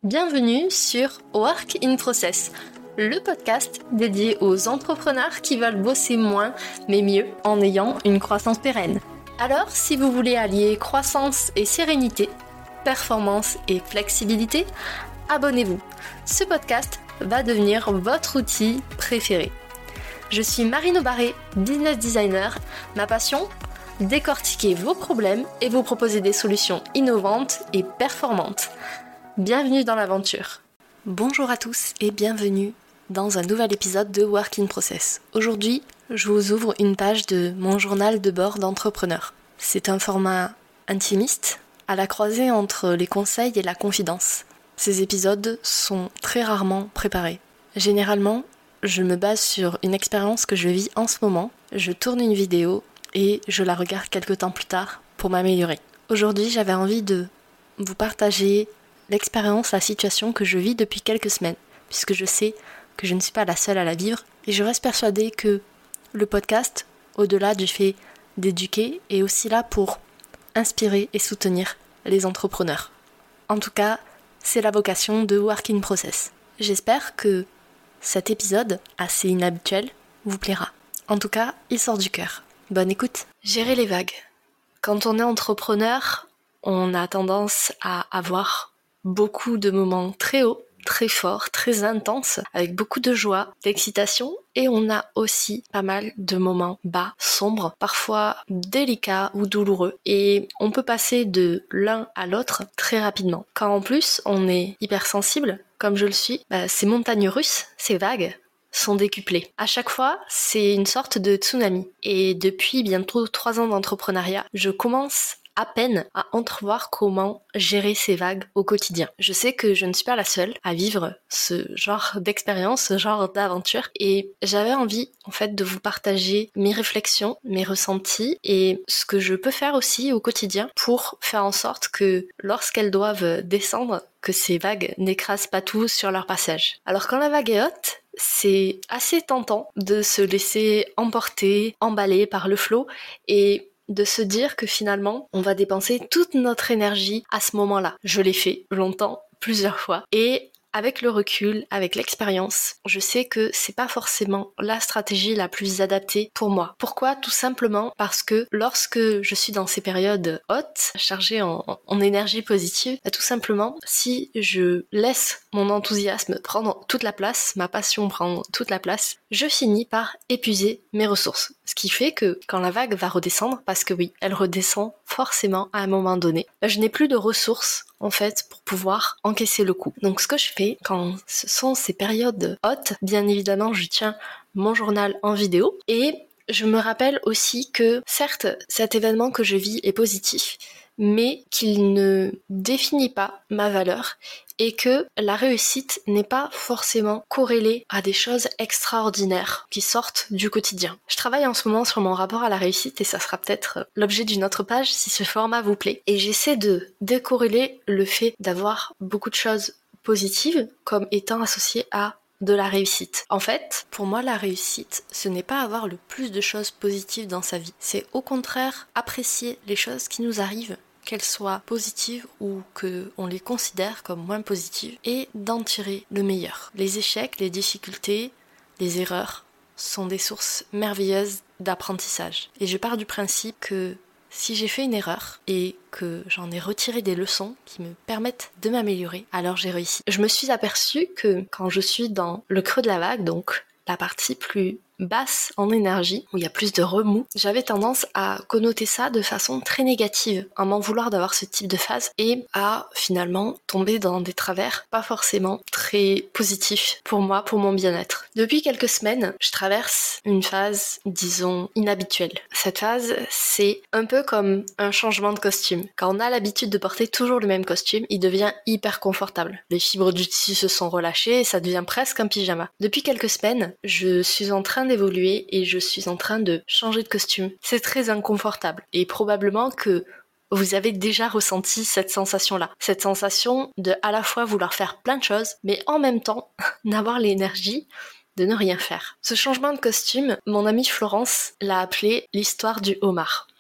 Bienvenue sur Work in Process, le podcast dédié aux entrepreneurs qui veulent bosser moins mais mieux en ayant une croissance pérenne. Alors, si vous voulez allier croissance et sérénité, performance et flexibilité, abonnez-vous. Ce podcast va devenir votre outil préféré. Je suis Marine Aubaré, business designer. Ma passion ? Décortiquer vos problèmes et vous proposer des solutions innovantes et performantes. Bienvenue dans l'aventure. Bonjour à tous et bienvenue dans un nouvel épisode de Work in Process. Aujourd'hui, je vous ouvre une page de mon journal de bord d'entrepreneur. C'est un format intimiste, à la croisée entre les conseils et la confidence. Ces épisodes sont très rarement préparés. Généralement, je me base sur une expérience que je vis en ce moment, je tourne une vidéo et je la regarde quelques temps plus tard pour m'améliorer. Aujourd'hui, j'avais envie de vous partager l'expérience, la situation que je vis depuis quelques semaines, puisque je sais que je ne suis pas la seule à la vivre, et je reste persuadée que le podcast, au-delà du fait d'éduquer, est aussi là pour inspirer et soutenir les entrepreneurs. En tout cas, c'est la vocation de Work in Process. J'espère que cet épisode, assez inhabituel, vous plaira. En tout cas, il sort du cœur. Bonne écoute. Gérer les vagues. Quand on est entrepreneur, on a tendance à avoir beaucoup de moments très hauts, très forts, très intenses, avec beaucoup de joie, d'excitation, et on a aussi pas mal de moments bas, sombres, parfois délicats ou douloureux, et on peut passer de l'un à l'autre très rapidement. Quand en plus on est hypersensible, comme je le suis, ces montagnes russes, ces vagues, sont décuplées. À chaque fois, c'est une sorte de tsunami. Et depuis bientôt 3 ans d'entrepreneuriat, je commence à peine à entrevoir comment gérer ces vagues au quotidien. Je sais que je ne suis pas la seule à vivre ce genre d'expérience, ce genre d'aventure, et j'avais envie en fait de vous partager mes réflexions, mes ressentis et ce que je peux faire aussi au quotidien pour faire en sorte que lorsqu'elles doivent descendre, que ces vagues n'écrasent pas tout sur leur passage. Alors quand la vague est haute, c'est assez tentant de se laisser emporter, emballer par le flot et de se dire que finalement, on va dépenser toute notre énergie à ce moment-là. Je l'ai fait longtemps, plusieurs fois. Et avec le recul, avec l'expérience, je sais que c'est pas forcément la stratégie la plus adaptée pour moi. Pourquoi ? Tout simplement parce que lorsque je suis dans ces périodes hautes, chargées en énergie positive, tout simplement, si je laisse mon enthousiasme prendre toute la place, ma passion prendre toute la place, je finis par épuiser mes ressources. Ce qui fait que quand la vague va redescendre, parce que oui, elle redescend forcément à un moment donné, je n'ai plus de ressources en fait pour pouvoir encaisser le coup. Donc ce que je fais quand ce sont ces périodes hautes, bien évidemment je tiens mon journal en vidéo et je me rappelle aussi que certes cet événement que je vis est positif, mais qu'il ne définit pas ma valeur et que la réussite n'est pas forcément corrélée à des choses extraordinaires qui sortent du quotidien. Je travaille en ce moment sur mon rapport à la réussite et ça sera peut-être l'objet d'une autre page si ce format vous plaît. Et j'essaie de décorréler le fait d'avoir beaucoup de choses positives comme étant associées à de la réussite. En fait, pour moi, la réussite, ce n'est pas avoir le plus de choses positives dans sa vie. C'est au contraire apprécier les choses qui nous arrivent, qu'elles soient positives ou qu'on les considère comme moins positives, et d'en tirer le meilleur. Les échecs, les difficultés, les erreurs sont des sources merveilleuses d'apprentissage. Et je pars du principe que si j'ai fait une erreur et que j'en ai retiré des leçons qui me permettent de m'améliorer, alors j'ai réussi. Je me suis aperçue que quand je suis dans le creux de la vague, donc la partie plus basse en énergie, où il y a plus de remous, j'avais tendance à connoter ça de façon très négative, à m'en vouloir d'avoir ce type de phase et à finalement tomber dans des travers pas forcément très positifs pour moi, pour mon bien-être. Depuis quelques semaines, je traverse une phase, disons, inhabituelle. Cette phase, c'est un peu comme un changement de costume. Quand on a l'habitude de porter toujours le même costume, il devient hyper confortable. Les fibres du tissu se sont relâchées et ça devient presque un pyjama. Depuis quelques semaines, je suis en train d'évoluer et je suis en train de changer de costume. C'est très inconfortable et probablement que vous avez déjà ressenti cette sensation-là. Cette sensation de à la fois vouloir faire plein de choses, mais en même temps n'avoir l'énergie de ne rien faire. Ce changement de costume, mon amie Florence l'a appelé l'histoire du homard.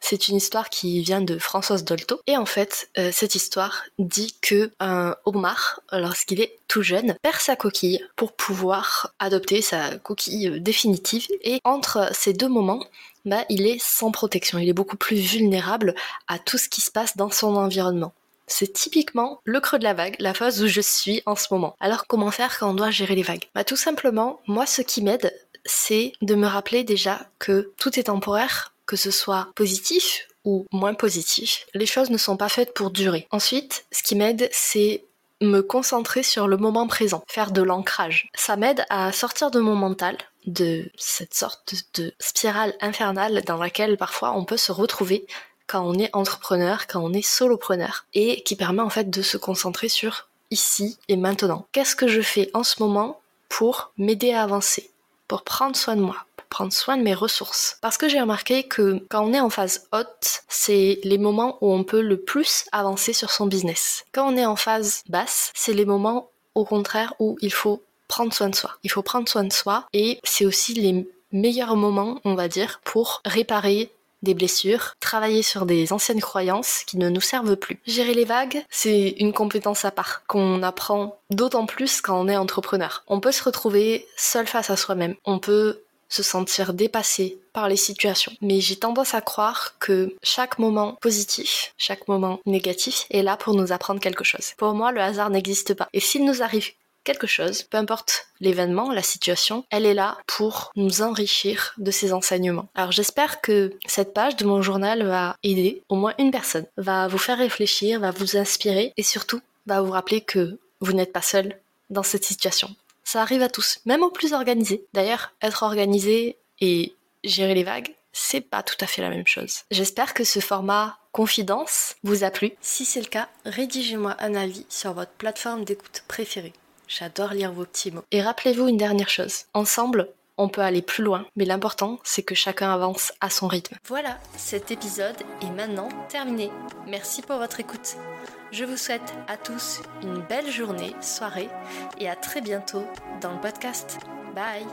C'est une histoire qui vient de Françoise Dolto. Et en fait, cette histoire dit que un homard, lorsqu'il est tout jeune, perd sa coquille pour pouvoir adopter sa coquille définitive. Et entre ces deux moments, il est sans protection. Il est beaucoup plus vulnérable à tout ce qui se passe dans son environnement. C'est typiquement le creux de la vague, la phase où je suis en ce moment. Alors comment faire quand on doit gérer les vagues ? Tout simplement, moi ce qui m'aide, c'est de me rappeler déjà que tout est temporaire, que ce soit positif ou moins positif. Les choses ne sont pas faites pour durer. Ensuite, ce qui m'aide, c'est me concentrer sur le moment présent, faire de l'ancrage. Ça m'aide à sortir de mon mental, de cette sorte de spirale infernale dans laquelle parfois on peut se retrouver quand on est entrepreneur, quand on est solopreneur, et qui permet en fait de se concentrer sur ici et maintenant. Qu'est-ce que je fais en ce moment pour m'aider à avancer, pour prendre soin de moi, pour prendre soin de mes ressources? Parce que j'ai remarqué que quand on est en phase haute, c'est les moments où on peut le plus avancer sur son business. Quand on est en phase basse, c'est les moments au contraire où il faut prendre soin de soi. Il faut prendre soin de soi et c'est aussi les meilleurs moments, on va dire, pour réparer des blessures, travailler sur des anciennes croyances qui ne nous servent plus. Gérer les vagues, c'est une compétence à part, qu'on apprend d'autant plus quand on est entrepreneur. On peut se retrouver seul face à soi-même. On peut se sentir dépassé par les situations. Mais j'ai tendance à croire que chaque moment positif, chaque moment négatif est là pour nous apprendre quelque chose. Pour moi, le hasard n'existe pas. Et s'il nous arrive quelque chose, peu importe l'événement, la situation, elle est là pour nous enrichir de ces enseignements. Alors j'espère que cette page de mon journal va aider au moins une personne, va vous faire réfléchir, va vous inspirer et surtout va vous rappeler que vous n'êtes pas seul dans cette situation. Ça arrive à tous, même aux plus organisés. D'ailleurs, être organisé et gérer les vagues, c'est pas tout à fait la même chose. J'espère que ce format confidence vous a plu. Si c'est le cas, rédigez-moi un avis sur votre plateforme d'écoute préférée. J'adore lire vos petits mots. Et rappelez-vous une dernière chose. Ensemble, on peut aller plus loin, mais l'important, c'est que chacun avance à son rythme. Voilà, cet épisode est maintenant terminé. Merci pour votre écoute. Je vous souhaite à tous une belle journée, soirée, et à très bientôt dans le podcast. Bye!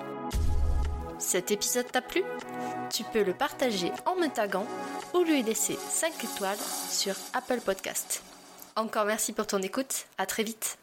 Cet épisode t'a plu ? Tu peux le partager en me taguant ou lui laisser 5 étoiles sur Apple Podcast. Encore merci pour ton écoute, à très vite.